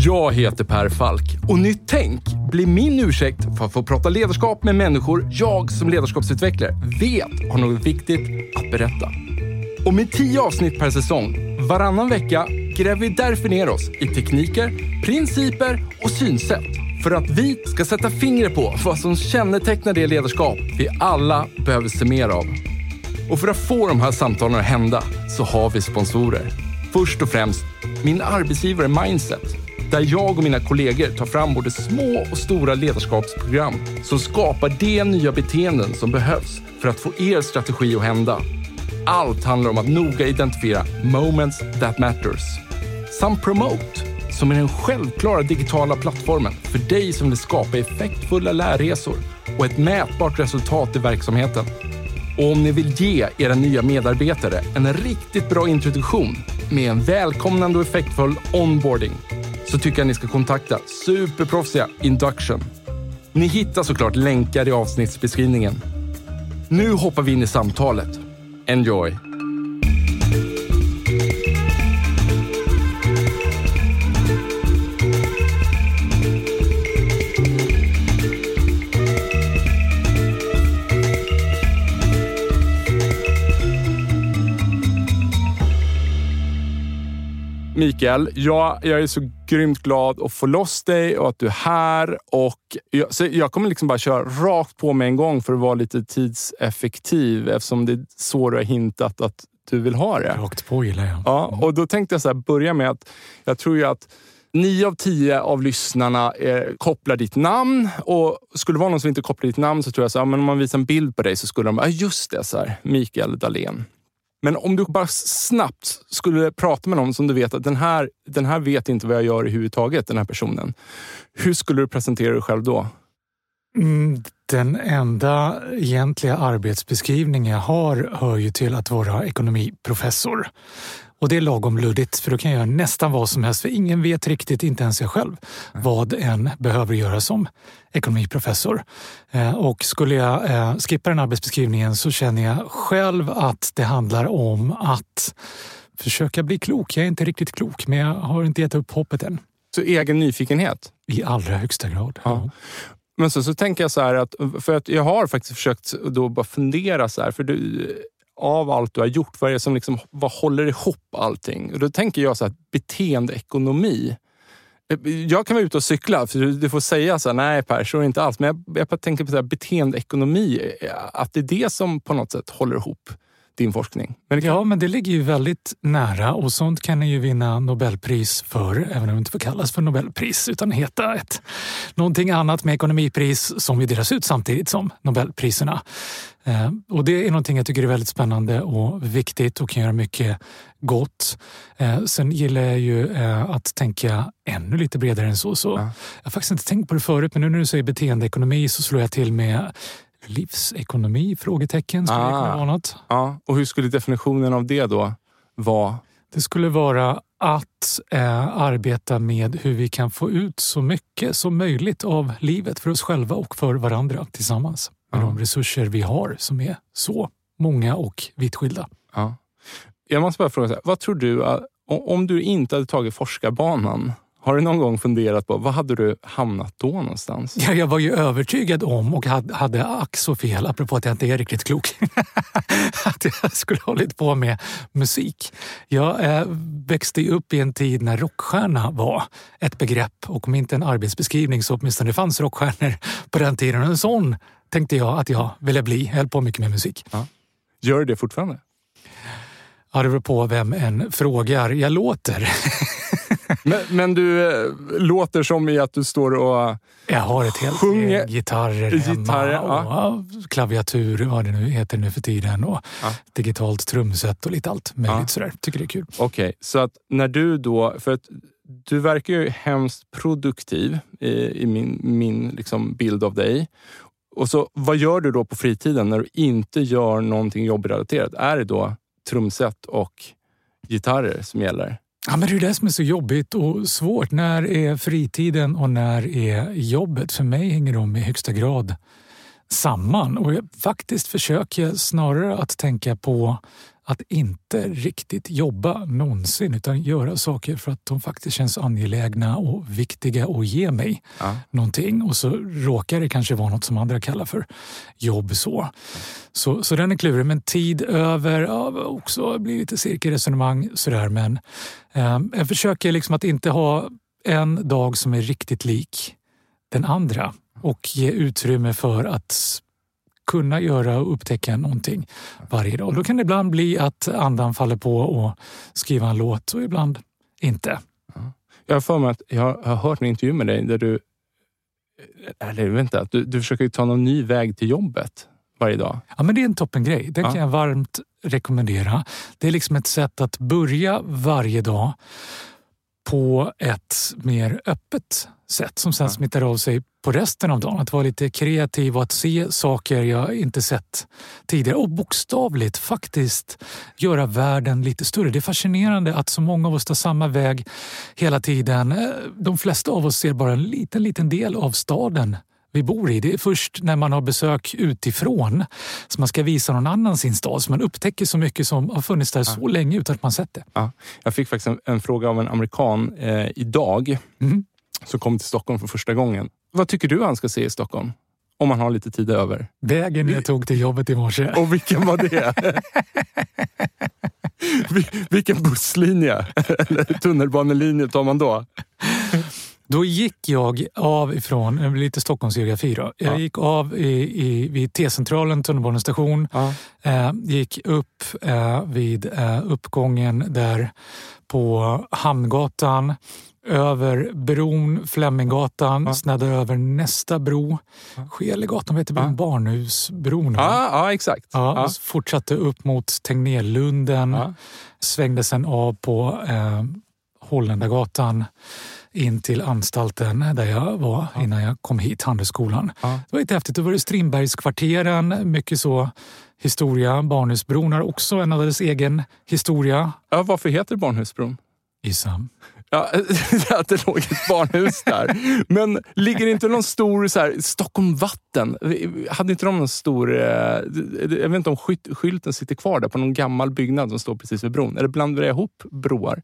Jag heter Per Falk och Nytt Tänk blir min ursäkt för att få prata ledarskap med människor jag som ledarskapsutvecklare vet har något viktigt att berätta. Och med 10 avsnitt per säsong, varannan vecka, gräver vi därför ner oss i tekniker, principer och synsätt för att vi ska sätta fingret på vad som kännetecknar det ledarskap vi alla behöver se mer av. Och för att få de här samtalen att hända så har vi sponsorer. Först och främst min arbetsgivare Mindset, där jag och mina kollegor tar fram både små och stora ledarskapsprogram som skapar de nya beteenden som behövs för att få er strategi att hända. Allt handlar om att noga identifiera moments that matters. Samt Promote, som är den självklara digitala plattformen för dig som vill skapa effektfulla lärresor och ett mätbart resultat i verksamheten. Och om ni vill ge era nya medarbetare en riktigt bra introduktion med en välkomnande och effektfull onboarding så tycker jag ni ska kontakta superproffsiga Induction. Ni hittar såklart länkar i avsnittsbeskrivningen. Nu hoppar vi in i samtalet. Enjoy! Mikael, jag är så grymt glad att få loss dig och att du är här. Och jag kommer liksom bara köra rakt på med en gång för att vara lite tidseffektiv eftersom det är så du har hintat att du vill ha det. Rakt på gillar jag. Ja, och då tänkte jag så här, börja med att jag tror ju att 9 av 10 av lyssnarna kopplar ditt namn, och skulle vara någon som inte kopplar ditt namn så tror jag så här, men om man visar en bild på dig så skulle de, just det, så här, Mikael Dahlén. Men om du bara snabbt skulle prata med någon som du vet att den här vet inte vad jag gör i huvudtaget, den här personen. Hur skulle du presentera dig själv då? Den enda egentliga arbetsbeskrivning jag har hör ju till att vara ekonomiprofessor. Och det är lagom luddigt, för då kan jag göra nästan vad som helst. För ingen vet riktigt, inte ens jag själv, vad en behöver göra som ekonomiprofessor. Och skulle jag skippa den arbetsbeskrivningen så känner jag själv att det handlar om att försöka bli klok. Jag är inte riktigt klok, men jag har inte gett upp hoppet än. Så egen nyfikenhet? I allra högsta grad. Ja. Men så tänker jag så här att, för att jag har faktiskt försökt då bara fundera så här, för du, av allt du har gjort, vad är det som liksom, vad håller ihop allting? Och då tänker jag så här, beteendeekonomi. Jag kan vara ute och cykla, för du får säga så här, nej Per, så är det inte alls. Men jag tänker på så här, beteendeekonomi, att det är det som på något sätt håller ihop din forskning. Men det ligger ju väldigt nära, och sånt kan ni ju vinna Nobelpris för, även om det inte får kallas för Nobelpris utan heta någonting annat med ekonomipris som ju delas ut samtidigt som Nobelpriserna. Och det är någonting jag tycker är väldigt spännande och viktigt och kan göra mycket gott. Sen gillar jag ju att tänka ännu lite bredare än så. Jag har faktiskt inte tänkt på det förut, men nu när du säger beteendeekonomi så slår jag till med livsekonomi, frågetecken, skulle det kunna vara något. Ja, och hur skulle definitionen av det då vara? Det skulle vara att arbeta med hur vi kan få ut så mycket som möjligt av livet för oss själva och för varandra tillsammans. Med de resurser vi har som är så många och vitt skilda. Ja. Jag måste bara fråga, vad tror du, om du inte hade tagit forskarbanan, har du någon gång funderat på, vad hade du hamnat då någonstans? Ja, jag var ju övertygad om och hade ack så fel, apropå att jag inte är riktigt klok, att jag skulle hållit på med musik. Jag växte upp i en tid när rockstjärna var ett begrepp, och om inte en arbetsbeskrivning så åtminstone det fanns rockstjärnor på den tiden. En sån tänkte jag att jag ville bli. Jag höll på mycket med musik. Ja. Gör du det fortfarande? Ja, det beror på vem en frågar. Jag låter. Men du låter som i att du står och jag har ett helt gitarrer hemma och klaviatur, vad det nu heter nu för tiden, och digitalt trumset och lite allt möjligt sådär. Tycker det är kul. Okej, så att när du då, för att du verkar ju hemskt produktiv i min liksom bild av dig. Och så vad gör du då på fritiden när du inte gör någonting jobbrelaterat? Är det då trumset och gitarrer som gäller? Ja, men det är det som är så jobbigt och svårt. När är fritiden och när är jobbet? För mig hänger de i högsta grad samman. Och jag faktiskt försöker snarare att tänka på att inte riktigt jobba någonsin utan göra saker för att de faktiskt känns angelägna och viktiga och ge mig någonting. Och så råkar det kanske vara något som andra kallar för jobb så. Så den är klurig, men tid över också blir lite cirkelresonemang sådär. Men jag försöker liksom att inte ha en dag som är riktigt lik den andra och ge utrymme för att kunna göra och upptäcka någonting varje dag. Då kan det ibland bli att andan faller på och skriva en låt och ibland inte. Jag har för mig att jag har hört en intervju med dig där du försöker ta någon ny väg till jobbet varje dag. Ja, men det är en toppengrej. Den kan jag varmt rekommendera. Det är liksom ett sätt att börja varje dag på ett mer öppet sätt som sen smittar av sig på resten av dagen. Att vara lite kreativ och att se saker jag inte sett tidigare. Och bokstavligt faktiskt göra världen lite större. Det är fascinerande att så många av oss tar samma väg hela tiden. De flesta av oss ser bara en liten del av staden vi bor i. Det är först när man har besök utifrån som man ska visa någon annan sin stad. Så man upptäcker så mycket som har funnits där så länge utan att man sett det. Ja. Jag fick faktiskt en fråga av en amerikan idag som kom till Stockholm för första gången. Vad tycker du han ska se i Stockholm? Om man har lite tid över. Vägen jag tog till jobbet i morse. Och vilken var det? Vilken busslinje eller tunnelbanelinje tar man då? Då gick jag av ifrån, lite Stockholmsgeografi då. Jag gick av vid T-centralen, tunnelbanestation. Gick upp vid uppgången där på Hamngatan. Över bron, Fleminggatan, snaddar över nästa bro. Skelegatan, vet du, Barnhusbron. Ja, exakt. Och fortsatte upp mot Tegnérlunden. Svängde sen av på Holländargatan in till anstalten där jag var innan jag kom hit, Handelsskolan. Det var lite häftigt. Det var Strindbergskvarteren, mycket så historia. Barnhusbron har också en alldeles egen historia. Ja, varför heter Barnhusbron? Isam. Ja, att det låg ett barnhus där. Men ligger inte någon stor så här, Stockholm Vatten? Hade inte de någon stor... jag vet inte om skylten sitter kvar där på någon gammal byggnad som står precis vid bron. Eller blandar jag ihop broar?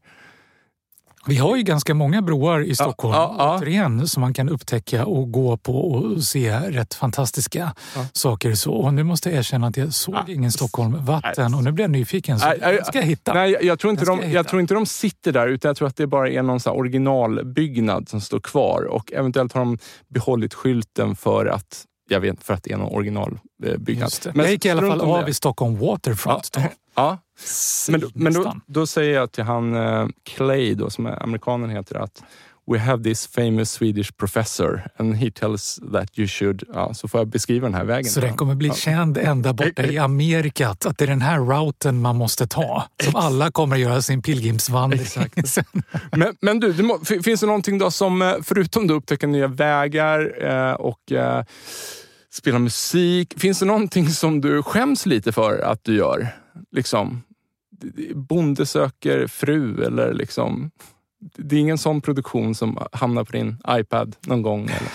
Vi har ju ganska många broar i Stockholm återigen som man kan upptäcka och gå på och se rätt fantastiska saker. Så. Och nu måste jag erkänna att jag såg ingen Stockholm Vatten och nu blir jag nyfiken. Så ska jag hitta. Nej, jag tror inte de sitter där utan jag tror att det bara är någon så här originalbyggnad som står kvar och eventuellt har de behållit skylten för att det är någon originalbyggnad. Men jag gick i alla fall av i Stockholm Waterfront. Ja. Men då säger jag till han Clay då, som är amerikanen heter, att we have this famous Swedish professor and he tells that you should, så får jag beskriva den här vägen. Så den kommer bli känd ända borta i Amerika, att det är den här routen man måste ta. Som alla kommer att göra sin pilgrimsvandring. men du, finns det någonting då som, förutom att upptäcka nya vägar och spela musik, finns det någonting som du skäms lite för att du gör? Liksom, bonde söker fru eller liksom, det är ingen sån produktion som hamnar på din iPad någon gång eller?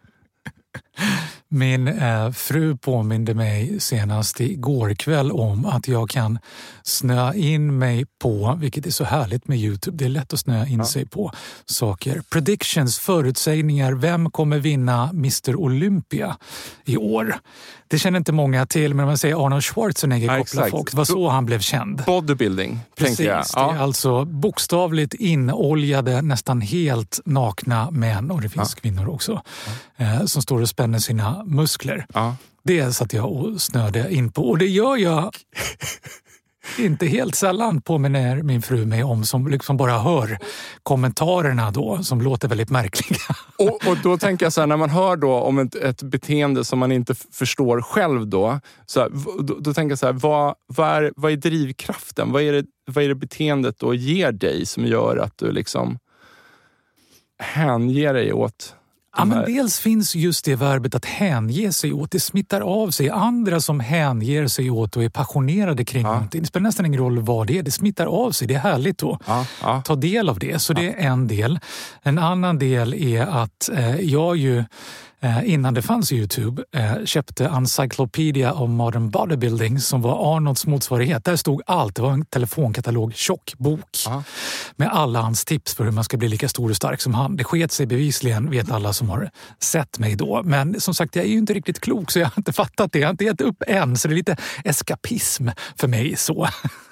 Min fru påminde mig senast igår kväll om att jag kan snöa in mig på, vilket är så härligt med YouTube, det är lätt att snöa in sig på saker. Predictions, förutsägningar, vem kommer vinna Mr. Olympia i år? Det känner inte många till, men man säger Arnold Schwarzenegger kopplar folk. Det var så han blev känd. Bodybuilding, tänker jag. Precis, det är alltså bokstavligt inoljade, nästan helt nakna män, och det finns kvinnor också, som står och spänner sina muskler. Det satt jag och snöde in på. Och det gör jag inte helt sällan, påminner min fru mig om, som liksom bara hör kommentarerna då, som låter väldigt märkliga. Och då tänker jag så här, när man hör då om ett beteende som man inte förstår själv då tänker jag så här, vad är drivkraften? Vad är det beteendet då ger dig som gör att du liksom hänger dig åt? Ja, men dels finns just det verbet att hänge sig åt. Det smittar av sig. Andra som hänger sig åt och är passionerade kring någonting. Det spelar nästan ingen roll vad det är. Det smittar av sig. Det är härligt att ta del av det. Så det är en del. En annan del är att jag ju innan det fanns YouTube, köpte Encyclopedia of Modern Bodybuilding som var Arnolds motsvarighet. Där stod allt. Det var en telefonkatalog, tjock bok med alla hans tips för hur man ska bli lika stor och stark som han. Det sket sig bevisligen, vet alla som har sett mig då. Men som sagt, jag är ju inte riktigt klok så jag har inte fattat det. Jag har inte gett upp än, så det är lite eskapism för mig så.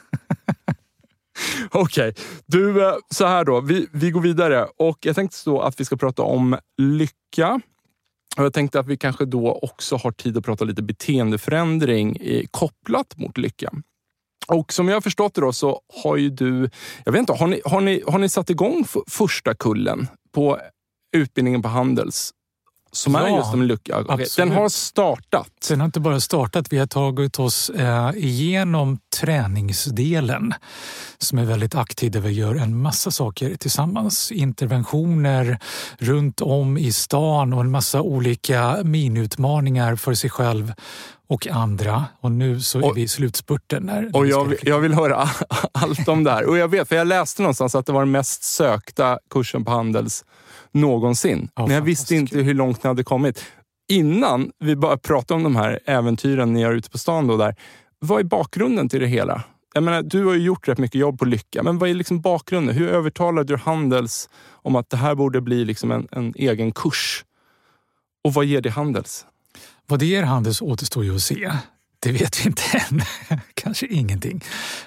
Okej, du, så här då. Vi går vidare och jag tänkte då att vi ska prata om lycka. Och jag tänkte att vi kanske då också har tid att prata lite beteendeförändring kopplat mot lycka. Och som jag har förstått det då så har ju du, jag vet inte, har ni satt igång första kullen på utbildningen på Handels? Som är just en lycka. Okay. Den har startat. Den har inte bara startat, vi har tagit oss igenom träningsdelen som är väldigt aktiv där vi gör en massa saker tillsammans. Interventioner runt om i stan och en massa olika minutmaningar för sig själv och andra. Och nu så är vi i slutspurten. Och jag vill höra allt om det här. Och jag vet, för jag läste någonstans att det var den mest sökta kursen på Handels någonsin. Men jag visste inte hur långt ni hade kommit. Innan vi bara pratade om de här äventyren ni är ute på stan då där. Vad är bakgrunden till det hela? Jag menar, du har ju gjort rätt mycket jobb på lycka. Men vad är liksom bakgrunden? Hur övertalade du Handels om att det här borde bli liksom en egen kurs? Och vad ger det Handels? Vad det ger Handels återstår ju att se. Det vet vi inte än. Kanske ingenting.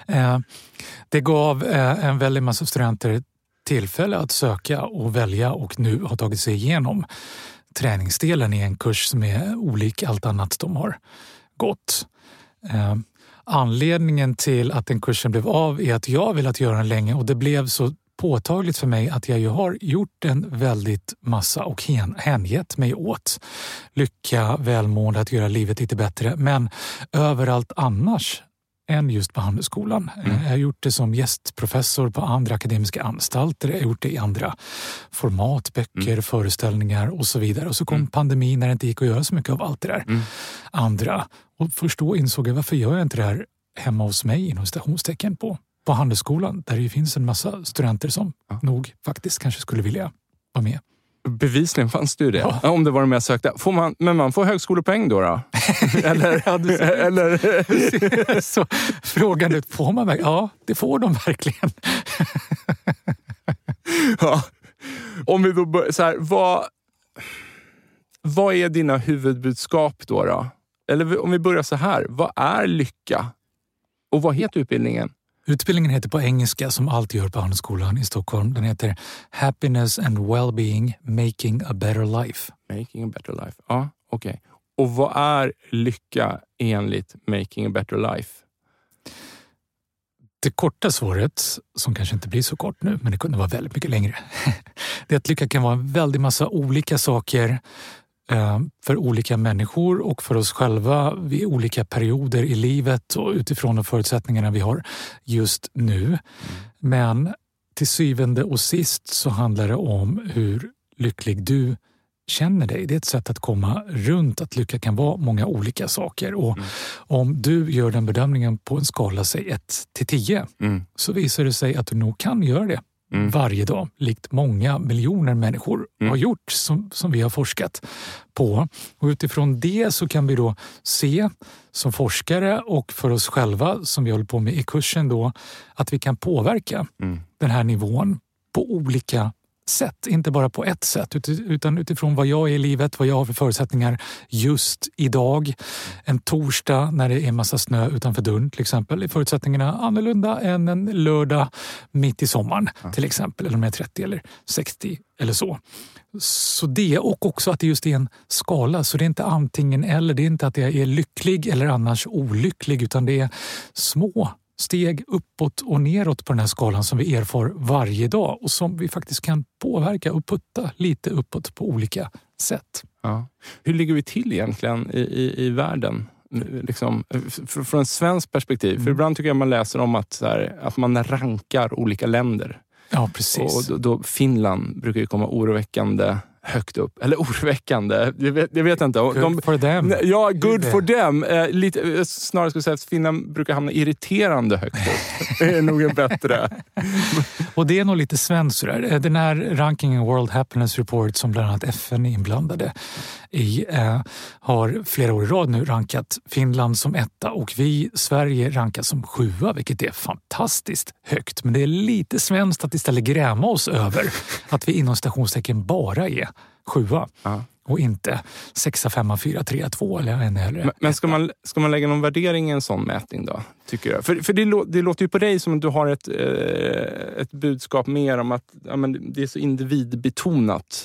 Det gav en väldigt massa studenter tillfälle att söka och välja och nu har tagit sig igenom träningsdelen i en kurs som är olik allt annat de har gått. Anledningen till att den kursen blev av är att jag velat göra den länge och det blev så påtagligt för mig att jag ju har gjort en väldigt massa och hängett mig åt lycka, välmående, att göra livet lite bättre. Men överallt annars än just på Handelsskolan. Jag har gjort det som gästprofessor på andra akademiska anstalter. Jag har gjort det i andra format, böcker, föreställningar och så vidare. Och så kom pandemin när det inte gick att göra så mycket av allt det där andra. Och först då insåg jag varför gör jag inte det här hemma hos mig inom stationstecken på Handelsskolan. Där det finns en massa studenter som nog faktiskt kanske skulle vilja vara med. Bevisligen fanns det ju det. Ja. Om det var de jag sökte. Men man får högskolepoäng då? eller? Så frågan ut, får man verkligen? Ja, det får de verkligen. Ja. Om vi då börjar så här, vad är dina huvudbudskap då? Eller om vi börjar så här, vad är lycka? Och vad heter utbildningen? Utbildningen heter på engelska, som allt gör på Handelsskolan i Stockholm. Den heter Happiness and Wellbeing, Making a Better Life. Making a Better Life, ja, okej. Och vad är lycka enligt Making a Better Life? Det korta svaret, som kanske inte blir så kort nu, men det kunde vara väldigt mycket längre. Det är att lycka kan vara en väldigt massa olika saker för olika människor och för oss själva vid olika perioder i livet och utifrån de förutsättningarna vi har just nu. Men till syvende och sist så handlar det om hur lycklig du känner dig. Det är ett sätt att komma runt att lycka kan vara många olika saker. Och om du gör den bedömningen på en skala, säg 1 till 10, så visar det sig att du nog kan göra det varje dag, likt många miljoner människor har gjort som vi har forskat på. Och utifrån det så kan vi då se som forskare och för oss själva som vi håller på med i kursen då, att vi kan påverka den här nivån på olika sätt. Inte bara på ett sätt utan utifrån vad jag är i livet, vad jag har för förutsättningar just idag. En torsdag när det är massa snö utanför dörren till exempel är förutsättningarna annorlunda än en lördag mitt i sommaren till exempel. Eller om jag är 30 eller 60 eller så. Så det, och också att det just är en skala. Så det är inte antingen eller, det är inte att jag är lycklig eller annars olycklig, utan det är små steg uppåt och neråt på den här skalan som vi erfar varje dag och som vi faktiskt kan påverka och putta lite uppåt på olika sätt. Ja. Hur ligger vi till egentligen i världen? Liksom, från ett svenskt perspektiv. För ibland tycker jag man läser om att man rankar olika länder. Ja, precis. Och då Finland brukar ju komma oroväckande högt upp. Eller oroväckande, jag vet inte. Good for them. Ja, good for them. Lite, snarare skulle jag säga att Finland brukar hamna irriterande högt upp. Det är nog en bättre. Och det är nog lite svenskt sådär. Den här rankingen World Happiness Report som bland annat FN är inblandade har flera år i rad nu rankat Finland som 1 och Sverige rankas som 7, vilket är fantastiskt högt. Men det är lite svenskt att istället gräma oss över att vi inom stationstecken bara är 7 och inte 6, 5, 4, 3, 2 eller än heller. Men ska man lägga någon värdering i en sån mätning då, tycker jag? För det låter ju på dig som att du har ett budskap mer om att det är så individbetonat.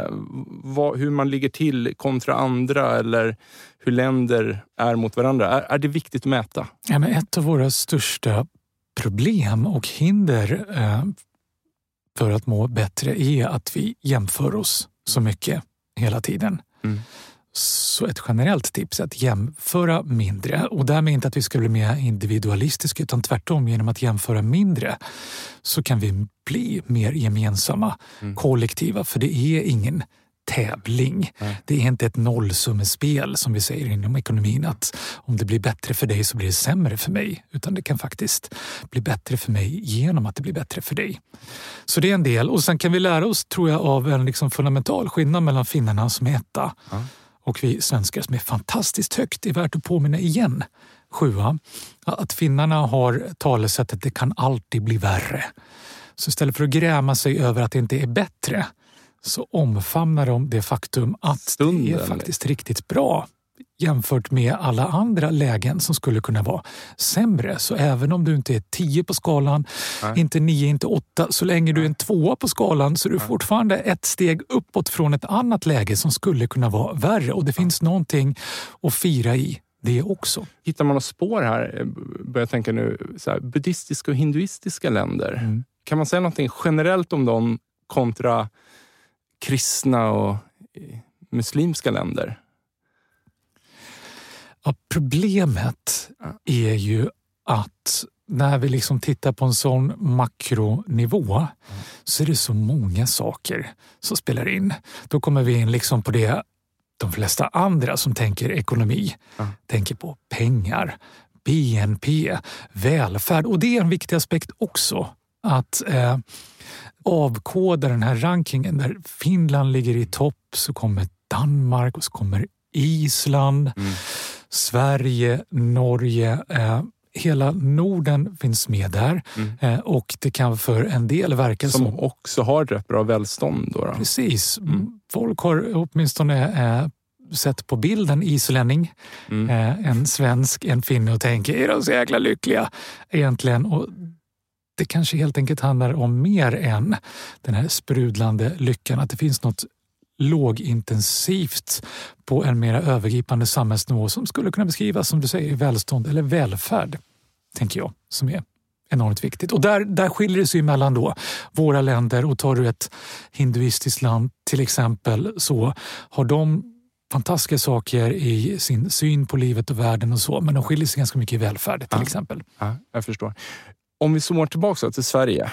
Hur man ligger till kontra andra eller hur länder är mot varandra. Är det viktigt att mäta? Ja, men ett av våra största problem och hinder för att må bättre är att vi jämför oss så mycket hela tiden. Så ett generellt tips är att jämföra mindre, och därmed inte att vi ska bli mer individualistiska, utan tvärtom, genom att jämföra mindre så kan vi bli mer gemensamma, kollektiva, för det är ingen tävling. Det är inte ett nollsummespel som vi säger inom ekonomin, att om det blir bättre för dig så blir det sämre för mig, utan det kan faktiskt bli bättre för mig genom att det blir bättre för dig. Så det är en del, och sen kan vi lära oss, tror jag, av en fundamental skillnad mellan finnarna som är 1 och vi svenskar som är fantastiskt högt. Det är värt att påminna igen, 7, att finnarna har talesättet det kan alltid bli värre. Så istället för att gräma sig över att det inte är bättre, så omfamnar de det faktum att det är faktiskt riktigt bra jämfört med alla andra lägen som skulle kunna vara sämre. Så även om du inte är 10 på skalan, inte 9, inte 8, så länge du är en 2 på skalan så är du fortfarande ett steg uppåt från ett annat läge som skulle kunna vara värre. Och det finns någonting att fira i det också. Hittar man några spår här, börjar jag tänka nu, så här, buddhistiska och hinduistiska länder. Kan man säga någonting generellt om dem kontra kristna och muslimska länder? Ja, problemet är ju att när vi tittar på en sån makronivå så är det så många saker som spelar in. Då kommer vi in på det de flesta andra som tänker ekonomi tänker på: pengar, BNP, välfärd. Och det är en viktig aspekt också, att avkoda den här rankingen. Där Finland ligger i topp så kommer Danmark och så kommer Island, Sverige, Norge, hela Norden finns med där. Och det kan för en del verka som också har rätt bra välstånd då. Precis. Folk har åtminstone sett på bilden islänning, en svensk, en finne, och tänker, är de så jäkla lyckliga egentligen? Och det kanske helt enkelt handlar om mer än den här sprudlande lyckan, att det finns något lågintensivt på en mer övergripande samhällsnivå som skulle kunna beskrivas, som du säger, välstånd eller välfärd, tänker jag, som är enormt viktigt. Och där skiljer det sig mellan då våra länder, och tar du ett hinduistiskt land till exempel, så har de fantastiska saker i sin syn på livet och världen och så, men de skiljer sig ganska mycket i välfärd till exempel. Ja, jag förstår. Om vi zoomar tillbaka till Sverige,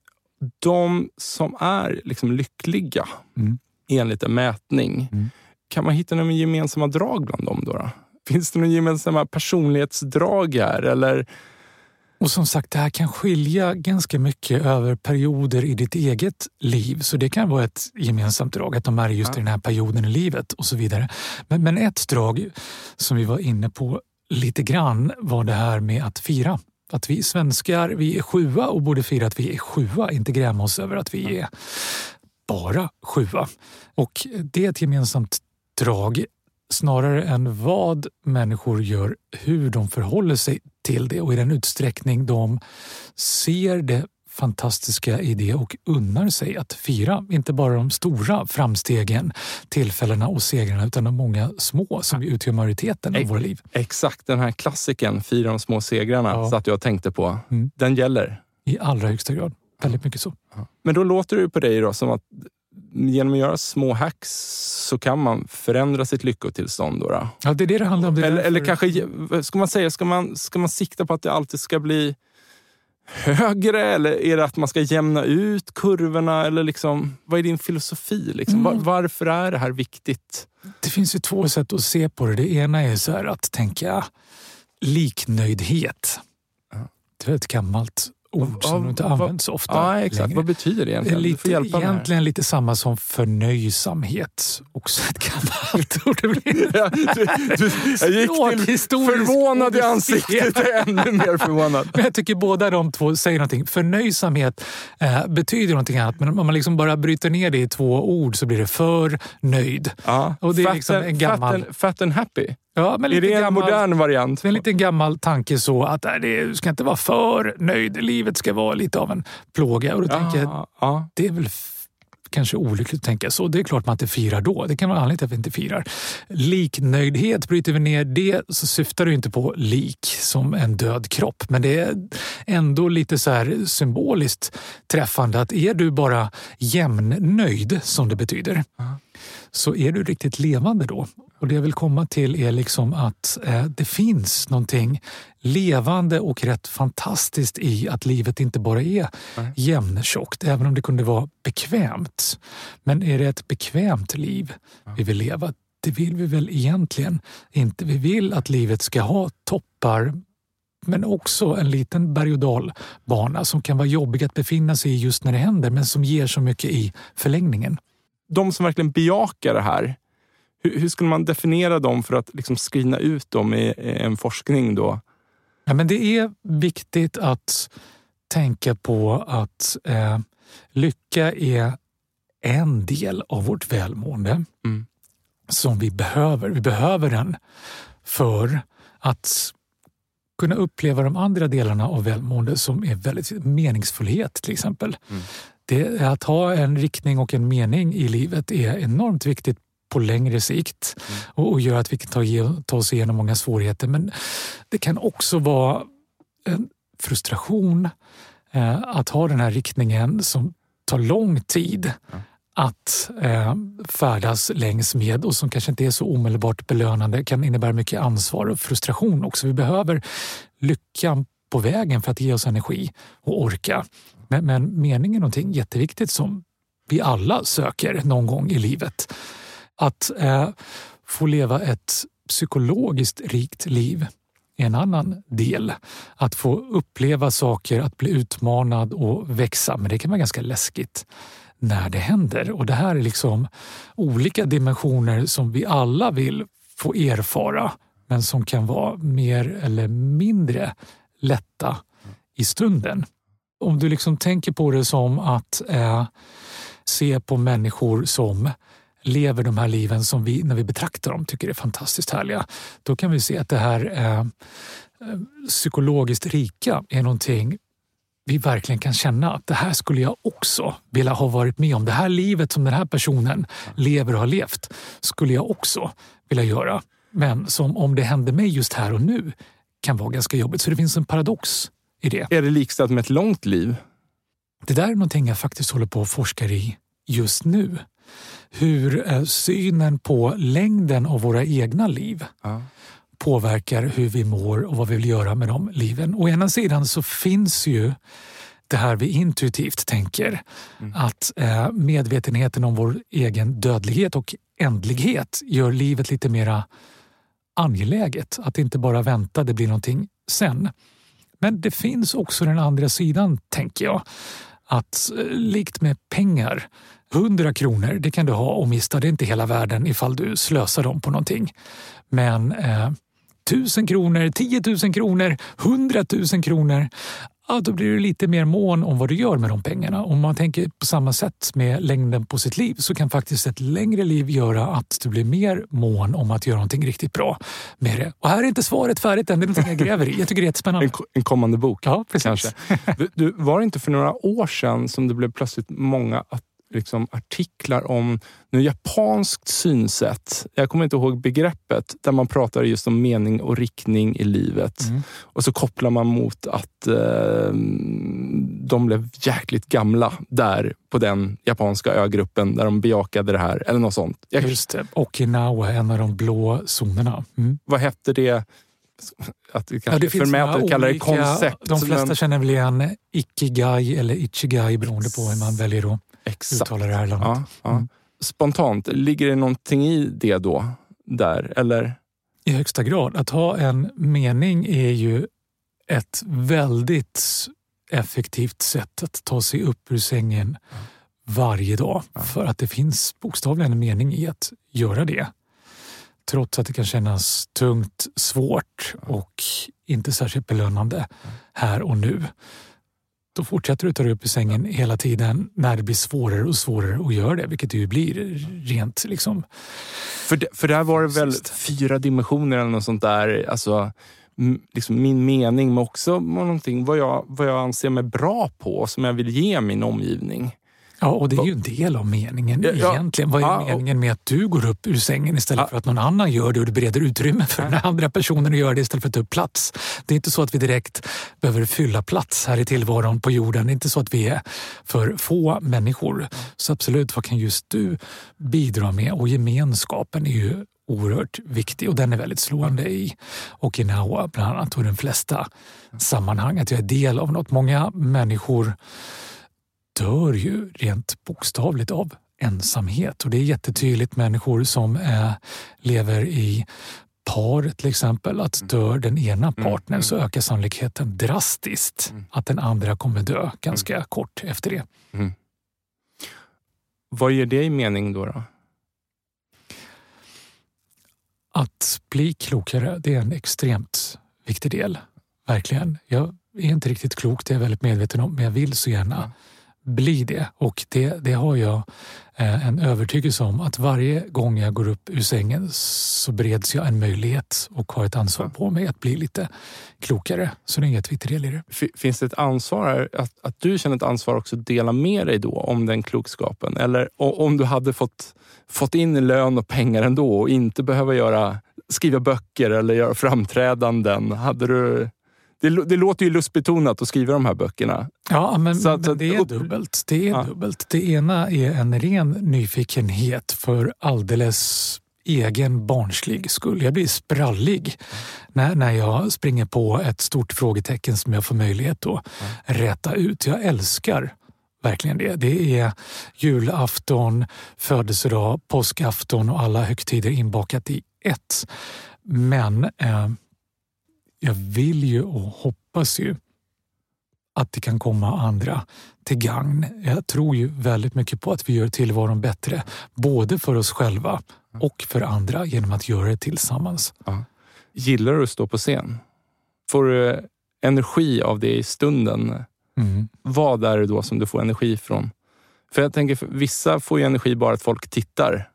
de som är lyckliga enligt en mätning, kan man hitta några gemensamma drag bland dem då? Finns det några gemensamma personlighetsdrag här? Eller? Och som sagt, det här kan skilja ganska mycket över perioder i ditt eget liv. Så det kan vara ett gemensamt drag, att de är just i den här perioden i livet och så vidare. Men ett drag som vi var inne på lite grann var det här med att fira. Att vi svenskar, vi är 7 och borde fira att vi är 7, inte gräma oss över att vi är bara 7. Och det är ett gemensamt drag snarare än vad människor gör, hur de förhåller sig till det, och i den utsträckning de ser det fantastiska i det och unnar sig att fira. Inte bara de stora framstegen, tillfällena och segrarna, utan de många små som utgör majoriteten av våra liv. Exakt, den här klassiken, fira de små segrarna, så att jag tänkte på. Den gäller. I allra högsta grad. Väldigt mycket så. Men då låter det på dig då som att genom att göra små hacks så kan man förändra sitt lyckotillstånd då? Ja, det är det handlar om. Eller kanske, ska man säga, ska man sikta på att det alltid ska bli högre, eller är det att man ska jämna ut kurvorna, eller vad är din filosofi? Varför är det här viktigt? Det finns ju 2 sätt att se på det. Det ena är så här att tänka liknöjdhet. Det är ett gammalt ord som inte används så ofta. Ja, exakt. längre. Vad betyder det egentligen? Det är Du får hjälpa mig här. egentligen lite samma som förnöjsamhet. Också ett gammalt ord. Ja, jag gick till förvånad i ansiktet, ännu mer förvånad. Men jag tycker båda de två säger någonting. Förnöjsamhet betyder någonting annat, men om man liksom bara bryter ner det i 2 ord så blir det för nöjd. Ja. Och det är liksom en gammal... Fat and happy? Ja, men är det en gammal, modern variant? Det är en liten gammal tanke så att det ska inte vara för nöjd. Livet ska vara lite av en plåga. Och då tänker jag, det är väl kanske olyckligt att tänka så. Det är klart man inte firar då. Det kan vara anledning till att vi inte firar. Liknöjdhet, bryter vi ner det så syftar det inte på lik som en död kropp. Men det är ändå lite så här symboliskt träffande att är du bara jämnnöjd som det betyder så är du riktigt levande då. Och det jag vill komma till är liksom att det finns någonting levande och rätt fantastiskt i att livet inte bara är jämntjockt, även om det kunde vara bekvämt. Men är det ett bekvämt liv vi vill leva? Det vill vi väl egentligen inte. Vi vill att livet ska ha toppar, men också en liten berg- och dalbana som kan vara jobbig att befinna sig i just när det händer, men som ger så mycket i förlängningen. De som verkligen bejakar det här, hur skulle man definiera dem för att liksom skrina ut dem i en forskning då? Ja, men det är viktigt att tänka på att lycka är en del av vårt välmående som vi behöver. Vi behöver den för att kunna uppleva de andra delarna av välmående som är väldigt meningsfullhet till exempel. Det att ha en riktning och en mening i livet är enormt viktigt på längre sikt och gör att vi kan ta oss igenom många svårigheter. Men det kan också vara en frustration att ha den här riktningen som tar lång tid att färdas längs med och som kanske inte är så omedelbart belönande, kan innebära mycket ansvar och frustration också. Vi behöver lyckan på vägen för att ge oss energi och orka. Men meningen är någonting jätteviktigt som vi alla söker någon gång i livet. Att få leva ett psykologiskt rikt liv är en annan del. Att få uppleva saker, att bli utmanad och växa. Men det kan vara ganska läskigt när det händer. Och det här är liksom olika dimensioner som vi alla vill få erfara, men som kan vara mer eller mindre lätta i stunden. Om du liksom tänker på det som att se på människor som lever de här liven som vi, när vi betraktar dem, tycker är fantastiskt härliga. Då kan vi se att det här psykologiskt rika är någonting vi verkligen kan känna att det här skulle jag också vilja ha varit med om. Det här livet som den här personen lever och har levt skulle jag också vilja göra. Men som om det händer mig just här och nu kan vara ganska jobbigt. Så det finns en paradox i det. Är det likställt med ett långt liv? Det där är någonting jag faktiskt håller på och forskar i just nu. Hur synen på längden av våra egna liv påverkar hur vi mår och vad vi vill göra med de liven. Å ena sidan så finns ju det här vi intuitivt tänker. Att medvetenheten om vår egen dödlighet och ändlighet gör livet lite mera angeläget. Att inte bara vänta, det blir någonting sen. Men det finns också den andra sidan, tänker jag. Att likt med pengar, 100 kronor, det kan du ha och mista. Det är inte hela världen ifall du slösar dem på någonting. Men 1000 kronor, 10 000 kronor, 100 000 kronor, ja, då blir du lite mer mån om vad du gör med de pengarna. Om man tänker på samma sätt med längden på sitt liv så kan faktiskt ett längre liv göra att du blir mer mån om att göra någonting riktigt bra med det. Och här är inte svaret färdigt än, det är någonting jag gräver i. Jag tycker det är jättespännande. En kommande bok. Ja, precis. Kanske. Du, var det inte för några år sedan som det blev plötsligt många artiklar om något japanskt synsätt. Jag kommer inte ihåg begreppet, där man pratar just om mening och riktning i livet. Och så kopplar man mot att de blev jäkligt gamla där på den japanska ögruppen där de bejakade det här, eller något sånt. Just det. Okinawa, en av de blå zonerna. Vad hette det? Att det kanske förmätet kallar det koncept. De flesta känner väl igen ikigai eller ichigai beroende på hur man väljer att uttala det här landet. Spontant, ligger det någonting i det då? Där, eller? I högsta grad. Att ha en mening är ju ett väldigt effektivt sätt att ta sig upp ur sängen varje dag. För att det finns bokstavligen en mening i att göra det. Trots att det kan kännas tungt, svårt och inte särskilt belönande här och nu. Då fortsätter du ta dig upp ur sängen hela tiden när det blir svårare och svårare att göra det. Vilket det ju blir rent liksom. För där var det väl 4 dimensioner eller något sånt där. Alltså liksom min mening, men också någonting vad jag anser mig bra på som jag vill ge min omgivning. Ja, och det är ju en del av meningen egentligen. Vad är meningen med att du går upp ur sängen istället för att någon annan gör det och du bereder utrymme för den andra personen att göra det istället för att ta upp plats? Det är inte så att vi direkt behöver fylla plats här i tillvaron på jorden. Det är inte så att vi är för få människor. Så absolut, vad kan just du bidra med? Och gemenskapen är ju oerhört viktig och den är väldigt slående i Okinawa bland annat och i de flesta sammanhang. Att jag är del av något. Många människor dör ju rent bokstavligt av ensamhet. Och det är jättetydligt människor som lever i par till exempel. Att dör den ena partnern så ökar sannolikheten drastiskt att den andra kommer dö ganska kort efter det. Vad ger det i mening då? Att bli klokare, det är en extremt viktig del. Verkligen. Jag är inte riktigt klok, det är jag väldigt medveten om. Men jag vill så gärna bli det. Och det har jag en övertygelse om. Att varje gång jag går upp ur sängen så bereds jag en möjlighet och har ett ansvar på mig att bli lite klokare. Så det är en jätteviktig del i det. Finns det ett ansvar här, att du känner ett ansvar också att dela med dig då om den klokskapen? Eller om du hade fått in lön och pengar ändå och inte behöva skriva böcker eller göra framträdanden, hade du... Det låter ju lustbetonat att skriva de här böckerna. Ja, men det är dubbelt. Det är dubbelt. Det ena är en ren nyfikenhet för alldeles egen barnslig skull. Jag blir sprallig när jag springer på ett stort frågetecken som jag får möjlighet att räta ut. Jag älskar verkligen det. Det är julafton, födelsedag, påskafton och alla högtider inbakat i ett. Men... jag vill ju och hoppas ju att det kan komma andra till gagn. Jag tror ju väldigt mycket på att vi gör tillvaron bättre. Både för oss själva och för andra genom att göra det tillsammans. Ja. Gillar du att stå på scen? Får du energi av det i stunden? Vad är det då som du får energi från? För jag tänker, vissa får ju energi bara att folk tittar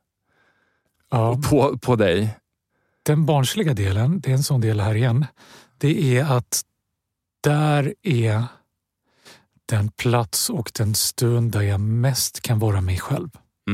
på dig. Den barnsliga delen, det är en sån del här igen. Det är att där är den plats och den stund där jag mest kan vara mig själv.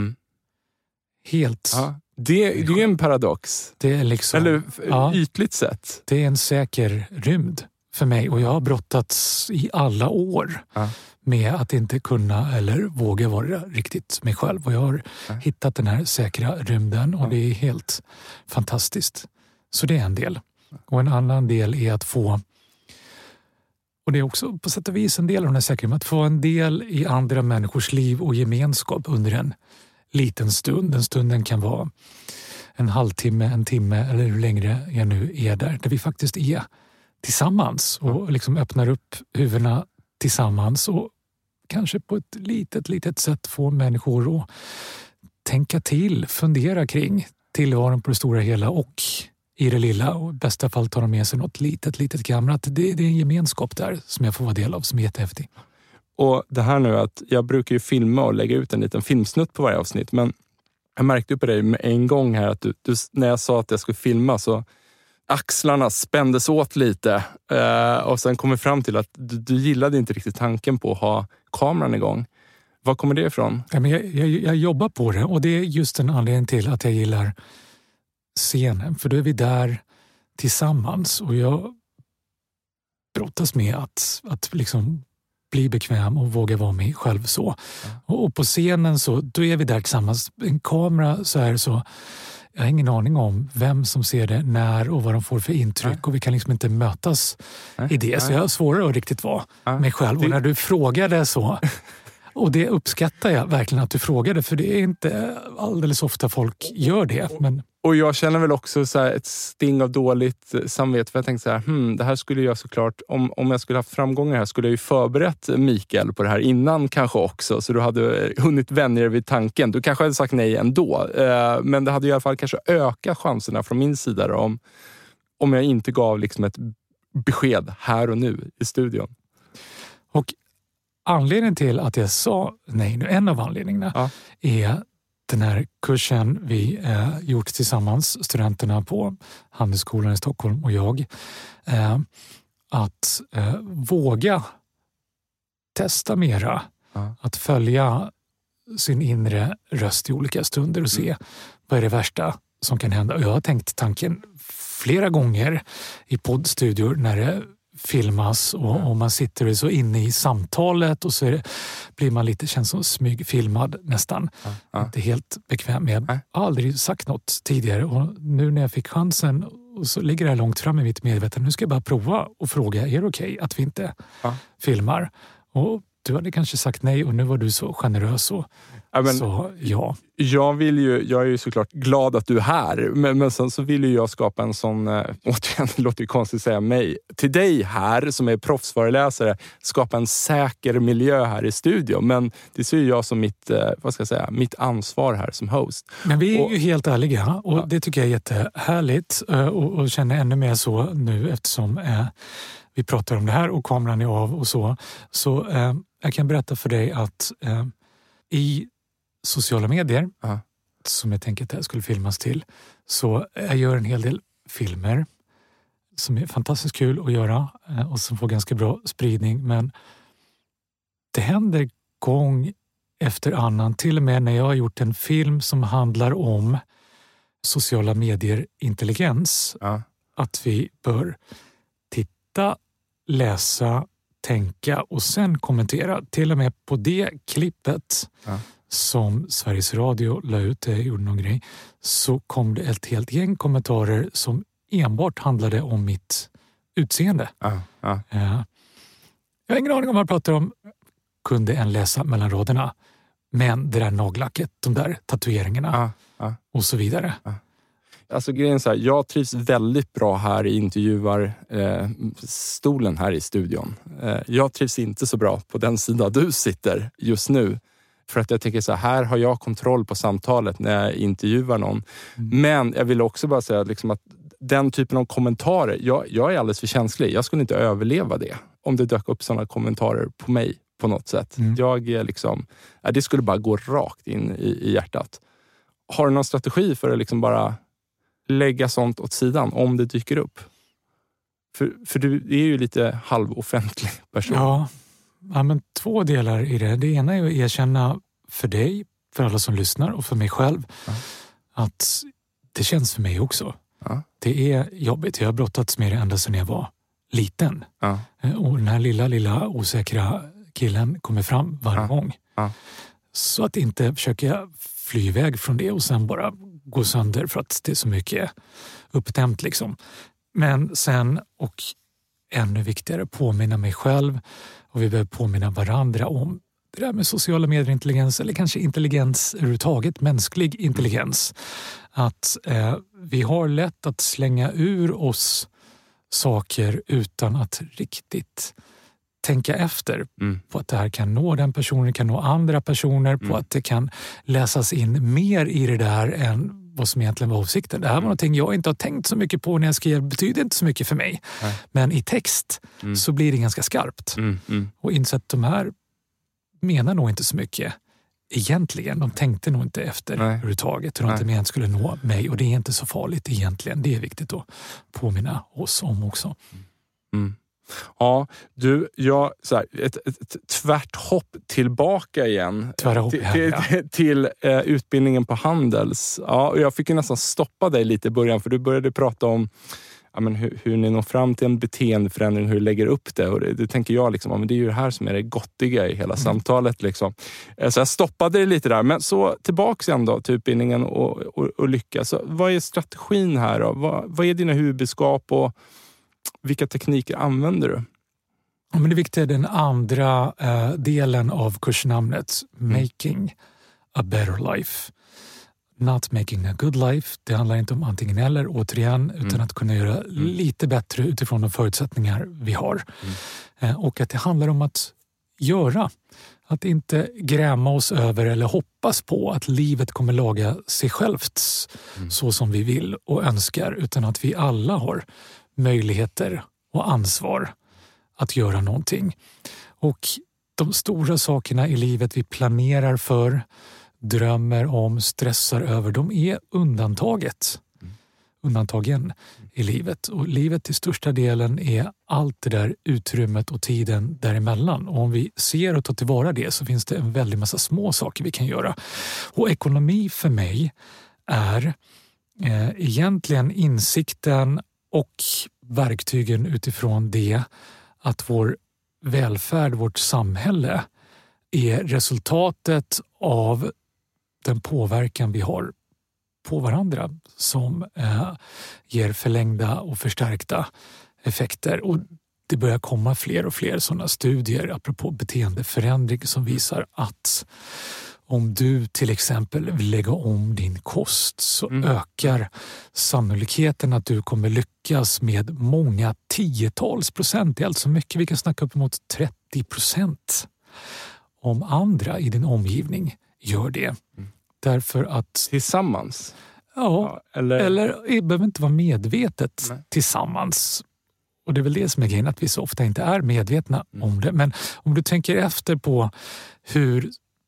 Helt. Ja, det är ju en paradox. Det är liksom, eller ytligt sett. Det är en säker rymd för mig och jag har brottats i alla år med att inte kunna eller våga vara riktigt mig själv. Och jag har hittat den här säkra rymden och det är helt fantastiskt. Så det är en del. Och en annan del är att få, och det är också på sätt och vis en del av den här säkerheten, att få en del i andra människors liv och gemenskap under en liten stund. Den stunden kan vara en halvtimme, en timme eller hur längre jag nu är där vi faktiskt är tillsammans och liksom öppnar upp huvudena tillsammans och kanske på ett litet sätt få människor att tänka till, fundera kring tillvaron på det stora hela och i det lilla och i bästa fall tar de med sig något litet gammalt. Det är en gemenskap där som jag får vara del av som är jättehäftig. Och det här nu att jag brukar ju filma och lägga ut en liten filmsnutt på varje avsnitt, men jag märkte på dig med en gång här att du när jag sa att jag skulle filma så axlarna spändes åt lite och sen kom vi fram till att du gillade inte riktigt tanken på att ha kameran igång. Var kommer det ifrån? Ja, men jag jobbar på det och det är just en anledning till att jag gillar scenen. För då är vi där tillsammans och jag brottas med att liksom bli bekväm och våga vara mig själv så. Och på scenen så då är vi där tillsammans. En kamera så är så. Jag har ingen aning om vem som ser det, när och vad de får för intryck. Och vi kan liksom inte mötas i det. Så jag har svårare att riktigt vara mig själv. Och när du frågade så, och det uppskattar jag verkligen att du frågade. För det är inte alldeles ofta folk gör det. Men Och jag känner väl också så här ett sting av dåligt samvete. För jag tänkte så här, det här skulle jag såklart, om jag skulle haft framgångar här, skulle jag ju förberett Mikael på det här innan kanske också. Så du hade hunnit vänja vid tanken. Du kanske hade sagt nej ändå. Men det hade i alla fall kanske ökat chanserna från min sida då, om jag inte gav liksom ett besked här och nu i studion. Och anledningen till att jag sa nej nu, en av anledningarna är den här kursen vi gjort tillsammans, studenterna på Handelsskolan i Stockholm och jag. Att våga testa mera. Att följa sin inre röst i olika stunder och se vad är det värsta som kan hända. Och jag har tänkt tanken flera gånger i poddstudior när det filmas och man sitter så inne i samtalet och så blir man lite, känns som smygfilmad nästan. Inte helt bekväm med. Jag har aldrig sagt något tidigare och nu när jag fick chansen och så ligger det här långt fram i mitt medvetande. Nu ska jag bara prova och fråga, är det okej att vi inte filmar? Och du hade kanske sagt nej och nu var du så generös och så ja. Jag är ju såklart glad att du är här, men sen så vill ju jag skapa en sån, återigen, det låter ju konstigt att säga mig, till dig här som är proffsföreläsare, skapa en säker miljö här i studion. Men det ser ju jag som mitt ansvar här som host. Men vi är ju helt ärliga och det tycker jag är jättehärligt och känner ännu mer så nu eftersom vi pratar om det här och kameran är av och så jag kan berätta för dig att i sociala medier som jag tänker att det här skulle filmas till, så jag gör en hel del filmer som är fantastiskt kul att göra och som får ganska bra spridning, men det händer gång efter annan, till och med när jag har gjort en film som handlar om sociala medier intelligens, att vi bör titta, läsa, tänka och sen kommentera. Till och med på det klippet som Sveriges Radio la ut, gjorde någon grej, så kom det ett helt gäng kommentarer som enbart handlade om mitt utseende. Jag har ingen aning om vad jag pratar om. Kunde en läsa mellan raderna. Men det där nagellacket, de där tatueringarna och så vidare. Alltså grejen är så här, jag trivs väldigt bra här i intervjuarstolen här i studion. Jag trivs inte så bra på den sidan du sitter just nu. För att jag tänker så här har jag kontroll på samtalet när jag intervjuar någon. Men jag vill också bara säga liksom att den typen av kommentarer, jag är alldeles för känslig. Jag skulle inte överleva det om det dök upp sådana kommentarer på mig på något sätt. Jag är liksom, det skulle bara gå rakt in i hjärtat. Har du någon strategi för att liksom bara lägga sånt åt sidan om det dyker upp? För du är ju lite halvoffentlig person. Ja, men 2 delar i det. Det ena är att erkänna för dig, för alla som lyssnar och för mig själv att det känns för mig också. Det är jobbigt. Jag har brottats med det ända sedan jag var liten. Och den här lilla osäkra killen kommer fram varje gång. Så att inte försöka fly iväg från det och sen bara gå sönder för att det är så mycket uppdämt liksom. Men sen, och ännu viktigare, påminna mig själv och vi behöver påminna varandra om det där med sociala medier-intelligens eller kanske intelligens överhuvudtaget, mänsklig intelligens. Att vi har lätt att slänga ur oss saker utan att riktigt tänka efter på att det här kan nå den personen, kan nå andra personer, på att det kan läsas in mer i det där än vad som egentligen var avsikten. Det här var någonting jag inte har tänkt så mycket på när jag skrev, betyder inte så mycket för mig. Men i text så blir det ganska skarpt. Och insett att de här menar nog inte så mycket egentligen. De tänkte nog inte efter överhuvudtaget hur de inte menat skulle nå mig. Och det är inte så farligt egentligen. Det är viktigt att påminna oss om också. Ja, du, ett tvärthopp tillbaka igen till utbildningen på Handels. Ja, och jag fick ju nästan stoppa dig lite i början, för du började prata om hur ni når fram till en beteendeförändring, hur du lägger upp det. Och det tänker jag liksom, men det är ju det här som är det gottiga i hela samtalet liksom. Så jag stoppade det lite där, men så tillbaks igen då till utbildningen och lyckas. Så vad är strategin här då? Vad är dina huvudbudskap och vilka tekniker använder du? Ja, men det viktiga är den andra delen av kursnamnet, Making a Better Life. not making a good life. Det handlar inte om antingen eller återigen, utan att kunna göra lite bättre utifrån de förutsättningar vi har. Och att det handlar om att göra. Att inte gräma oss över eller hoppas på att livet kommer laga sig självt så som vi vill och önskar, utan att vi alla har möjligheter och ansvar att göra någonting. Och de stora sakerna i livet vi planerar för, drömmer om, stressar över, de är undantagen i livet. Och livet till största delen är allt det där utrymmet och tiden däremellan. Och om vi ser och tar tillvara det så finns det en väldig massa små saker vi kan göra. Och ekonomi för mig är egentligen insikten och verktygen utifrån det att vår välfärd, vårt samhälle är resultatet av den påverkan vi har på varandra som ger förlängda och förstärkta effekter. Och det börjar komma fler och fler sådana studier apropå beteendeförändring som visar att om du till exempel vill lägga om din kost så ökar sannolikheten att du kommer lyckas med många tiotals procent. Det är alltså mycket, vi kan snacka upp mot 30% om andra i din omgivning gör det. Därför att... Tillsammans? Ja, eller det behöver inte vara medvetet tillsammans. Och det är väl det som är grejen, att vi så ofta inte är medvetna om det. Men om du tänker efter på hur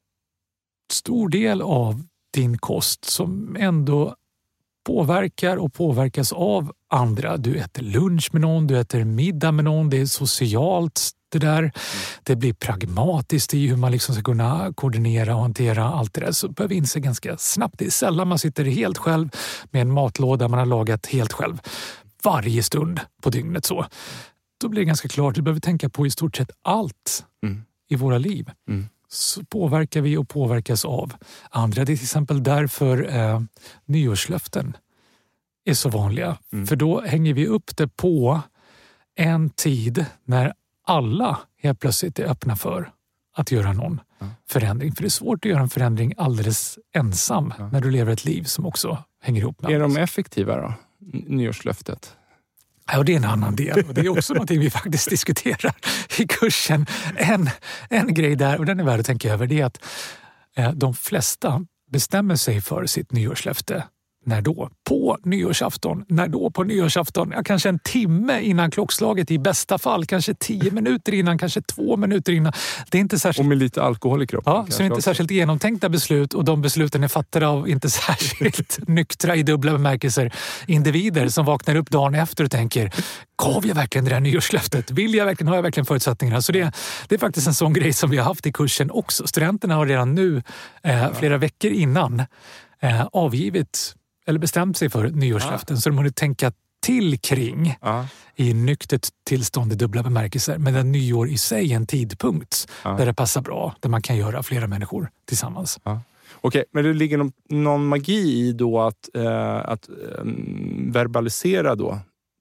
stor del av din kost som ändå påverkar och påverkas av andra. Du äter lunch med någon, du äter middag med någon, det är socialt det där. Det blir pragmatiskt i hur man liksom ska kunna koordinera och hantera allt det där. Så behöver vi inse ganska snabbt. Det är sällan man sitter helt själv med en matlåda man har lagat helt själv. Varje stund på dygnet så. Då blir det ganska klart, vi behöver tänka på i stort sett allt i våra liv. Så påverkar vi och påverkas av andra. Det är till exempel därför nyårslöften är så vanliga. För då hänger vi upp det på en tid när alla helt plötsligt är öppna för att göra någon förändring. För det är svårt att göra en förändring alldeles ensam när du lever ett liv som också hänger ihop med Är de effektiva då? Nyårslöftet? Ja, det är en annan del. Och det är också någonting vi faktiskt diskuterar i kursen. En grej där, och den är värd att tänka över, det är att de flesta bestämmer sig för sitt nyårslöfte. När då? På nyårsafton. När då på nyårsafton? Ja, kanske en timme innan klockslaget i bästa fall. Kanske 10 minuter innan, kanske 2 minuter innan. Det är inte särskilt... Och med lite alkohol i kroppen. Ja, så det är inte särskilt genomtänkta beslut. Och de besluten är fattade av inte särskilt nyktra i dubbla bemärkelser individer som vaknar upp dagen efter och tänker, gav jag verkligen det där nyårslöftet? Vill jag verkligen, har jag verkligen förutsättningarna? Så det är faktiskt en sån grej som vi har haft i kursen också. Studenterna har redan nu, flera veckor innan, avgivit eller bestämt sig för nyårslöften. Så de har tänka till kring i nyktert tillstånd i dubbla bemärkelser. Men den nyår i sig är en tidpunkt där det passar bra. Där man kan göra flera människor tillsammans. Okej, men det ligger någon magi i då att verbalisera då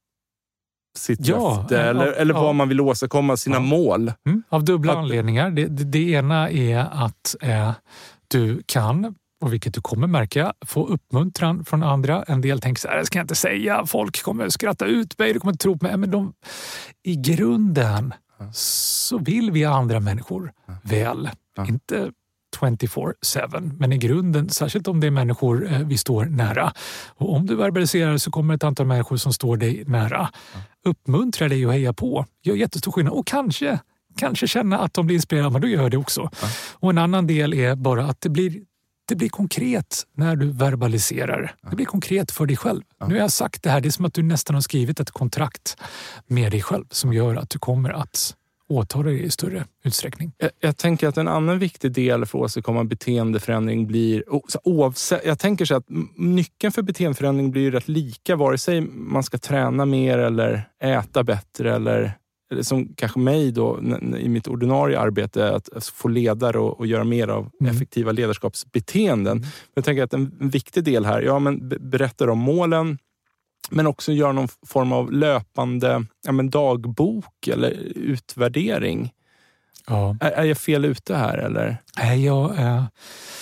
sitt löfte eller vad man vill åstadkomma, sina mål. Av dubbla anledningar. Det ena är att du kan, och vilket du kommer märka, få uppmuntran från andra. En del tänker så här, det ska jag inte säga, folk kommer skratta ut mig, de kommer inte tro på mig. Men i grunden så vill vi andra människor väl. Inte 24/7, men i grunden, särskilt om det är människor vi står nära. Och om du verbaliserar så kommer ett antal människor som står dig nära. Uppmuntra dig och heja på. Gör jättestor skillnad. Och kanske känna att de blir inspirerade, men då gör det också. Och en annan del är bara att det blir konkret när du verbaliserar. Det blir konkret för dig själv. Nu har jag sagt det här, det är som att du nästan har skrivit ett kontrakt med dig själv som gör att du kommer att åta dig i större utsträckning. Jag tänker att en annan viktig del för att åstadkomma beteendeförändring blir, jag tänker så att nyckeln för beteendeförändring blir rätt lika vare sig man ska träna mer eller äta bättre eller som kanske mig då i mitt ordinarie arbete att få ledare och göra mer av effektiva ledarskapsbeteenden. Jag tänker att en viktig del här, men berättar om målen men också gör någon form av löpande dagbok eller utvärdering. Ja. Är jag fel ute här eller? Nej,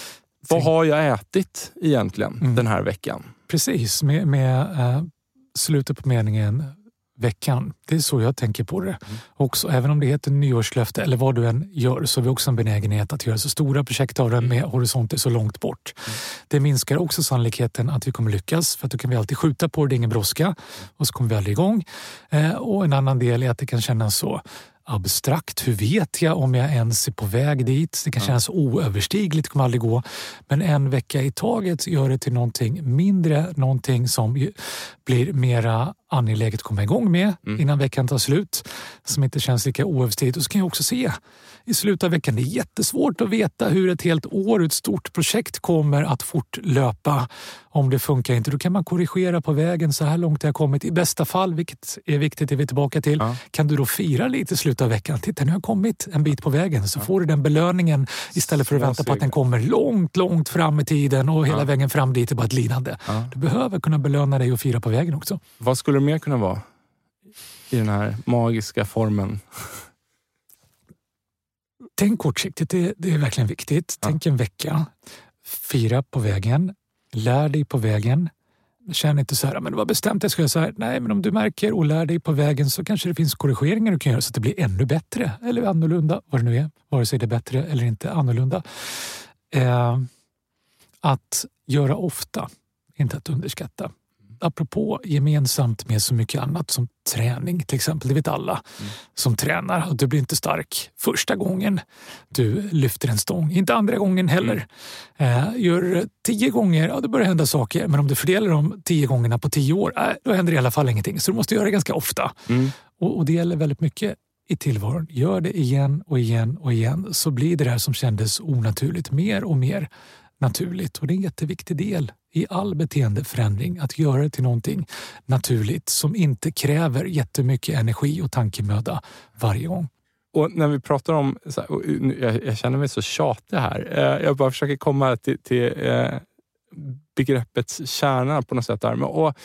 Vad har jag ätit egentligen den här veckan? Precis, med slutet på meningen veckan. Det är så jag tänker på det. Också, även om det heter nyårslöfte eller vad du än gör, så har vi också en benägenhet att göra så stora projekt av den med horisonter så långt bort. Det minskar också sannolikheten att vi kommer lyckas, för att då kan vi alltid skjuta på det, ingen brådska, och så kommer vi aldrig igång. Och en annan del är att det kan kännas så abstrakt. Hur vet jag om jag ens är på väg dit? Det kan kännas oöverstigligt, kommer aldrig gå. Men en vecka i taget gör det till någonting mindre, någonting som blir mera angeläget att komma igång med innan veckan tar slut, som inte känns lika oöverstigligt. Och så kan jag också se i slutet av veckan, det är jättesvårt att veta hur ett helt år, ett stort projekt kommer att fortlöpa. Om det funkar inte, då kan man korrigera på vägen. Så här långt jag har kommit. I bästa fall, vilket är viktigt, är vi tillbaka till, kan du då fira lite i slutet av veckan. Titta, nu har jag kommit en bit på vägen. Så får du den belöningen istället för att vänta på att den kommer långt, långt fram i tiden och hela vägen fram dit är bara ett lidande. Du behöver kunna belöna dig och fira på vägen också. Vad skulle det mer kunna vara i den här magiska formen? Tänk kortsiktigt, det är verkligen viktigt. Tänk en vecka. Fira på vägen. Lär dig på vägen. Känn inte så här, men det var bestämt jag skulle säga så här. Nej, men om du märker och lär dig på vägen så kanske det finns korrigeringar du kan göra så att det blir ännu bättre. Eller annorlunda, vad det nu är. Vare sig det är bättre eller inte annorlunda. Att göra ofta, inte att underskatta. Apropå gemensamt med så mycket annat som träning till exempel, det vet alla som tränar, och du blir inte stark första gången du lyfter en stång, inte andra gången heller. Gör 10 gånger, ja, det börjar hända saker, men om du fördelar de 10 gångerna på 10 år, då händer i alla fall ingenting, så du måste göra det ganska ofta. Och det gäller väldigt mycket i tillvaron. Gör det igen och igen och igen, så blir det där som kändes onaturligt mer och mer naturligt, och det är en jätteviktig del i all beteendeförändring, att göra det till någonting naturligt som inte kräver jättemycket energi och tankemöda varje gång. Och när vi pratar om, jag känner mig så tjatig här, jag bara försöker komma till begreppets kärna på något sätt där. Och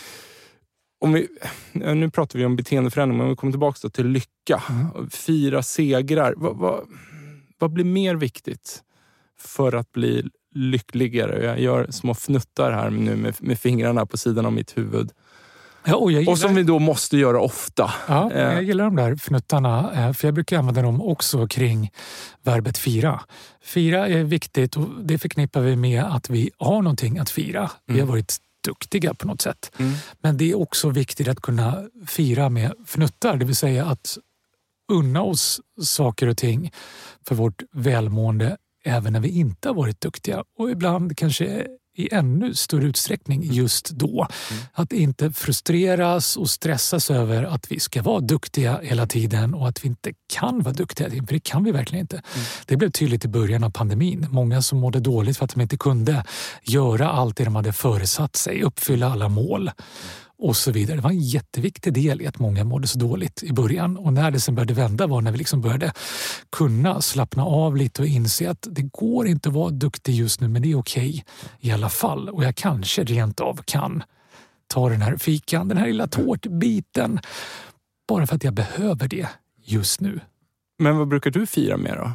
nu pratar vi om beteendeförändring, men om vi kommer tillbaka till lycka, fira segrar, vad blir mer viktigt för att bli lyckligare? Jag gör små fnuttar här nu med fingrarna på sidan av mitt huvud. Ja, och som vi då måste göra ofta. Ja, jag gillar de där fnuttarna, för jag brukar använda dem också kring verbet fira. Fira är viktigt, och det förknippar vi med att vi har någonting att fira. Vi har varit duktiga på något sätt. Men det är också viktigt att kunna fira med fnuttar, det vill säga att unna oss saker och ting för vårt välmående även när vi inte har varit duktiga, och ibland kanske i ännu större utsträckning just då. Att inte frustreras och stressas över att vi ska vara duktiga hela tiden och att vi inte kan vara duktiga, för det kan vi verkligen inte. Det blev tydligt i början av pandemin. Många som mådde dåligt för att de inte kunde göra allt det de hade föresatt sig, uppfylla alla mål och så vidare. Det var en jätteviktig del i att många mådde så dåligt i början, och när det sen började vända var när vi liksom började kunna slappna av lite och inse att det går inte att vara duktig just nu, men det är okej i alla fall, och jag kanske rent av kan ta den här fikan, den här lilla tårtbiten, bara för att jag behöver det just nu. Men vad brukar du fira med då?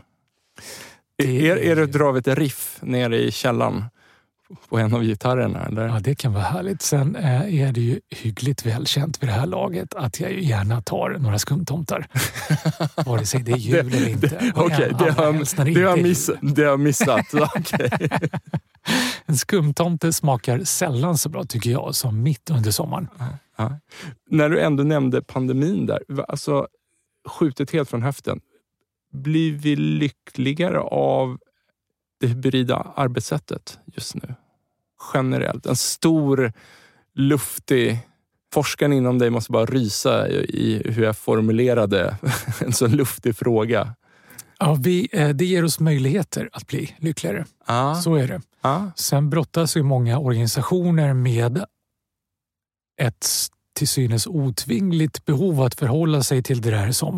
Är det att dra ett riff nere i källaren på en av gitarrerna, eller? Ja, det kan vara härligt. Sen är det ju hyggligt välkänt vid det här laget att jag ju gärna tar några skumtomtar. Vare sig det är jul eller inte. Okej, det har jag missat. Okay. En skumtomte smakar sällan så bra, tycker jag, som mitt under sommaren. Ja. När du ändå nämnde pandemin där, alltså skjutet helt från höften. Blir vi lyckligare av det hybrida arbetssättet just nu? Generellt. En stor, luftig... Forskaren inom dig måste bara rysa i hur jag formulerade en så luftig fråga. Ja, det ger oss möjligheter att bli lyckligare. Så är det. Sen brottas ju många organisationer med ett till synes otvingligt behov att förhålla sig till det där som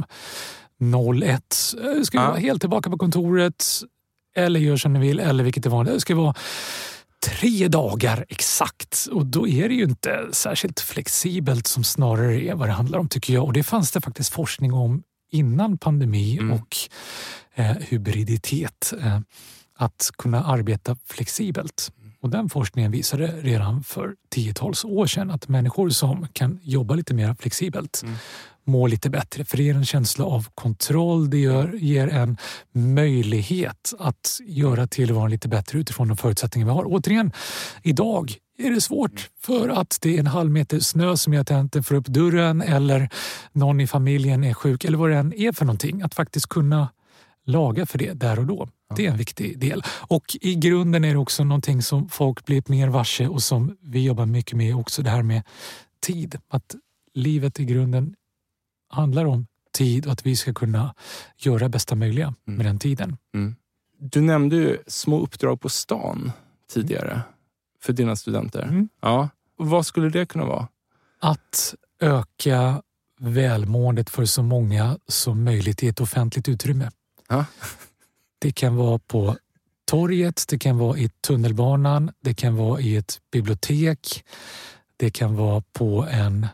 0-1. Ska vi vara helt tillbaka på kontoret, eller gör som ni vill, eller vilket det var. Det ska vara 3 dagar exakt, och då är det ju inte särskilt flexibelt, som snarare är vad det handlar om, tycker jag. Och det fanns det faktiskt forskning om innan pandemi och hybriditet. att kunna arbeta flexibelt. Och den forskningen visade redan för 10-tals år sedan att människor som kan jobba lite mer flexibelt mår lite bättre. För det ger en känsla av kontroll, det ger en möjlighet att göra tillvaron lite bättre utifrån de förutsättningar vi har. Återigen, idag är det svårt för att det är en halv meter snö som gör att jag inte får upp dörren eller någon i familjen är sjuk eller vad det än är för någonting. Att faktiskt kunna laga för det där och då. Det är en viktig del. Och i grunden är det också någonting som folk blir mer varse och som vi jobbar mycket med också, det här med tid. Att livet i grunden handlar om tid och att vi ska kunna göra bästa möjliga med den tiden. Du nämnde ju små uppdrag på stan tidigare för dina studenter. Ja. Vad skulle det kunna vara? Att öka välmåendet för så många som möjligt i ett offentligt utrymme. Ja. Det kan vara på torget, det kan vara i tunnelbanan, det kan vara i ett bibliotek, det kan vara på en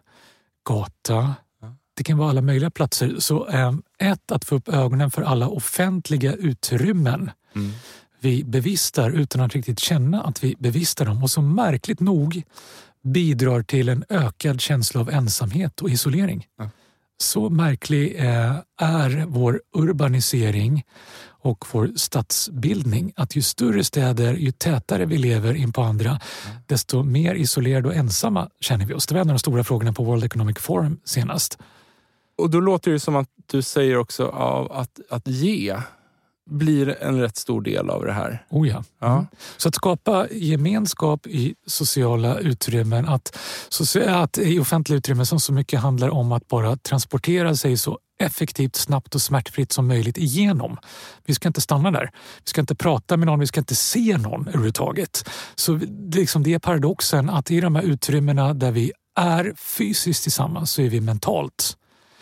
gata. Det kan vara alla möjliga platser. Så att få upp ögonen för alla offentliga utrymmen vi bevistar utan att riktigt känna att vi bevistar dem. Och så märkligt nog bidrar till en ökad känsla av ensamhet och isolering. Så märklig är vår urbanisering och vår stadsbildning att ju större städer, ju tätare vi lever in på andra, desto mer isolerade och ensamma känner vi oss. Det var en av de stora frågorna på World Economic Forum senast. Och då låter det som att du säger också att ge blir en rätt stor del av det här. Oh ja. Så att skapa gemenskap i sociala utrymmen, att i offentliga utrymmen som så mycket handlar om att bara transportera sig så effektivt, snabbt och smärtfritt som möjligt igenom. Vi ska inte stanna där. Vi ska inte prata med någon, vi ska inte se någon överhuvudtaget. Så liksom det är paradoxen att i de här utrymmena där vi är fysiskt tillsammans så är vi mentalt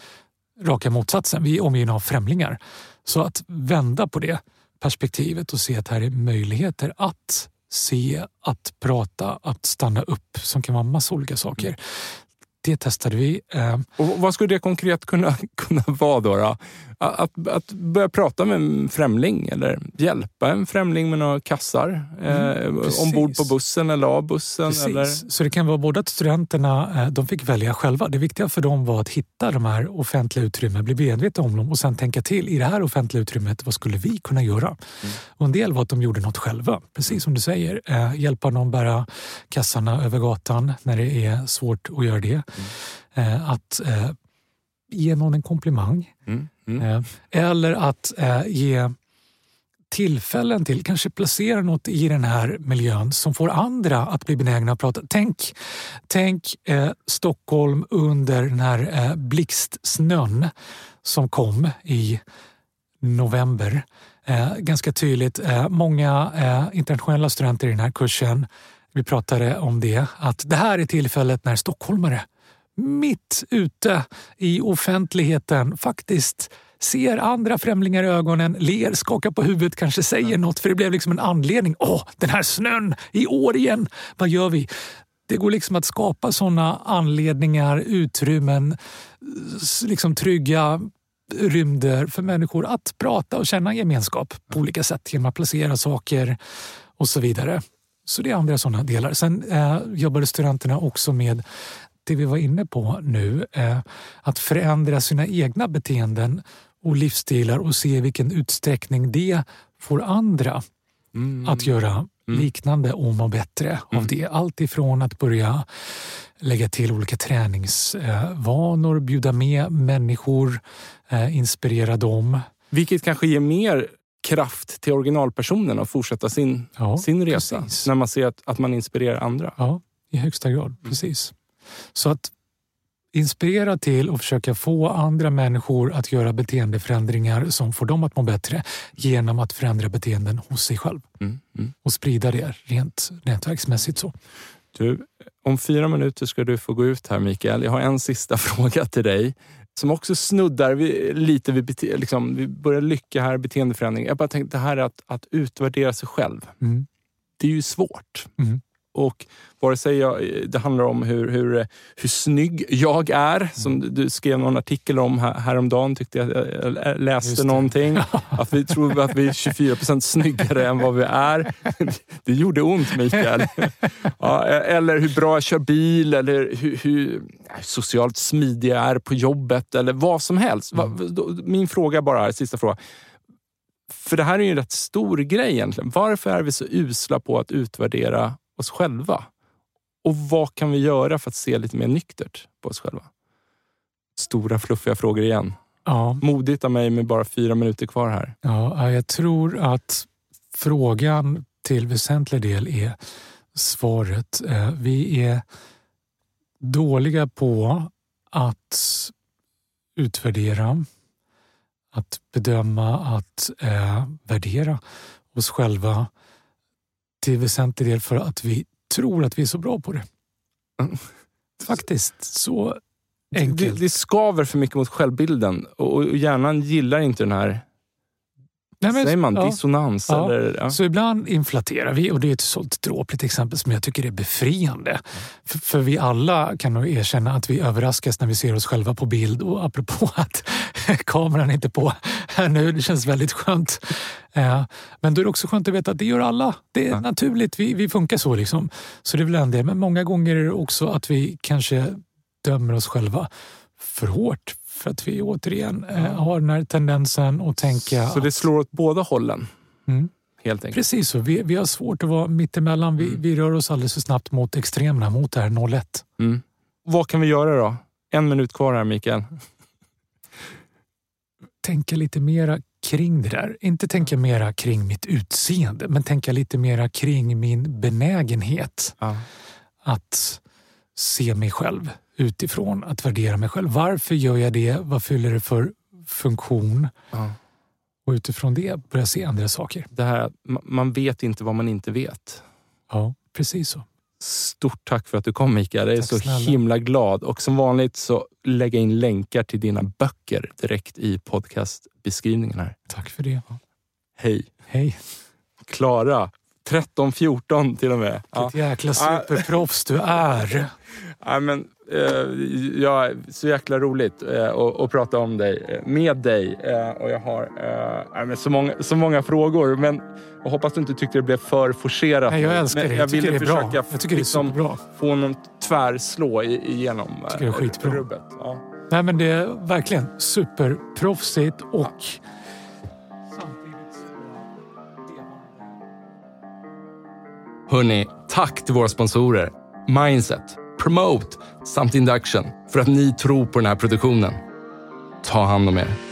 raka motsatsen. Vi är omgivna av främlingar. Så att vända på det perspektivet och se att här är möjligheter att se, att prata, att stanna upp som kan vara massa olika saker. Det testade vi. Och vad skulle det konkret kunna vara då? Att börja prata med en främling eller hjälpa en främling med några kassar ombord på bussen eller av bussen. Eller? Så det kan vara både att studenterna de fick välja själva. Det viktiga för dem var att hitta de här offentliga utrymmen, bli medvetna om dem och sen tänka till i det här offentliga utrymmet, vad skulle vi kunna göra? Och en del var att de gjorde något själva. Precis som du säger, hjälpa någon bära kassarna över gatan när det är svårt att göra det. Att ge någon en komplimang. Eller att ge tillfällen till, kanske placera något i den här miljön som får andra att bli benägna att prata. Tänk Stockholm under den här blixtsnön som kom i november. Ganska tydligt, många internationella studenter i den här kursen, vi pratade om det, att det här är tillfället när stockholmare mitt ute i offentligheten faktiskt ser andra främlingar i ögonen, ler, skakar på huvudet, kanske säger något, för det blev liksom en anledning. Den här snön i år igen, vad gör vi? Det går liksom att skapa sådana anledningar, utrymmen, liksom trygga rymder för människor att prata och känna gemenskap på olika sätt genom att placera saker och så vidare. Så det är andra sådana delar. Sen jobbade studenterna också med det vi var inne på nu, att förändra sina egna beteenden och livsstilar och se vilken utsträckning det får andra att göra liknande och må bättre av det. Allt ifrån att börja lägga till olika träningsvanor, bjuda med människor, inspirera dem. Vilket kanske ger mer kraft till originalpersonen att fortsätta sin resa. Precis. När man ser att man inspirerar andra. Ja, i högsta grad. Precis. Så att inspirera till och försöka få andra människor att göra beteendeförändringar som får dem att må bättre genom att förändra beteenden hos sig själv. Och sprida det rent nätverksmässigt så. Du, om 4 minuter ska du få gå ut här, Mikael. Jag har en sista fråga till dig som också snuddar lite vid vi börjar lycka här, beteendeförändring. Jag bara tänkte, det här är att utvärdera sig själv. Det är ju svårt. Och vare sig det handlar om hur snygg jag är, som du skrev någon artikel om häromdagen, tyckte jag läste någonting. Att vi tror att vi är 24% snyggare än vad vi är. Det gjorde ont, Mikael. Ja, eller hur bra jag kör bil, eller hur socialt smidig jag är på jobbet, eller vad som helst. Min fråga bara, sista fråga. För det här är ju en rätt stor grej egentligen. Varför är vi så usla på att utvärdera oss själva? Och vad kan vi göra för att se lite mer nyktert på oss själva? Stora fluffiga frågor igen. Ja. Modigt av mig med bara 4 minuter kvar här. Ja, jag tror att frågan till väsentlig del är svaret. Vi är dåliga på att utvärdera, att bedöma, att värdera oss själva till väsentlig del för att vi tror att vi är så bra på det. Faktiskt, så enkelt. Det skaver för mycket mot självbilden och hjärnan gillar inte den här säger man, dissonans. Ja. Eller, ja. Så ibland inflaterar vi, och det är ett sådant dråpligt exempel som jag tycker är befriande. För vi alla kan nog erkänna att vi överraskas när vi ser oss själva på bild, och apropå att kameran är inte på här nu, det känns väldigt skönt. Men då är det också skönt att veta att det gör alla. Det är naturligt, vi funkar så liksom. Så det är väl en del, men många gånger är det också att vi kanske dömer oss själva för hårt. För att vi återigen har den här tendensen att tänka... Så det slår åt båda hållen, helt enkelt. Precis så. Vi har svårt att vara mittemellan. Vi rör oss alldeles för snabbt mot extremerna, mot det här 0-1. Vad kan vi göra då? 1 minut kvar här, Mikael. Tänka lite mera kring det där. Inte tänka mera kring mitt utseende, men tänka lite mera kring min benägenhet att se mig själv utifrån, att värdera mig själv. Varför gör jag det? Vad fyller det för funktion? Och utifrån det börja se andra saker. Det här, man vet inte vad man inte vet. Ja, precis så. Stort tack för att du kom, Mikael. Jag är så snälla. himla glad. Och som vanligt så lägga in länkar till dina böcker direkt i podcastbeskrivningen här. Tack för det. Hej. Hej. Klara. 13-14 till och med. Vilket jäkla superproffs du är. Ja, men ja, så jäkla roligt att prata om dig, med dig, och jag har så många frågor, men jag hoppas du inte tyckte det blev för forcerat. Nej, jag älskar det. Jag ville det är försöka bra. Jag tycker det är superbra. Få någon tvärslå igenom det är skitbra. rubbet. Ja. Nej, men det är verkligen superproffsigt och Hörrni, tack till våra sponsorer Mindset, Promote samt Induction för att ni tror på den här produktionen. Ta hand om er.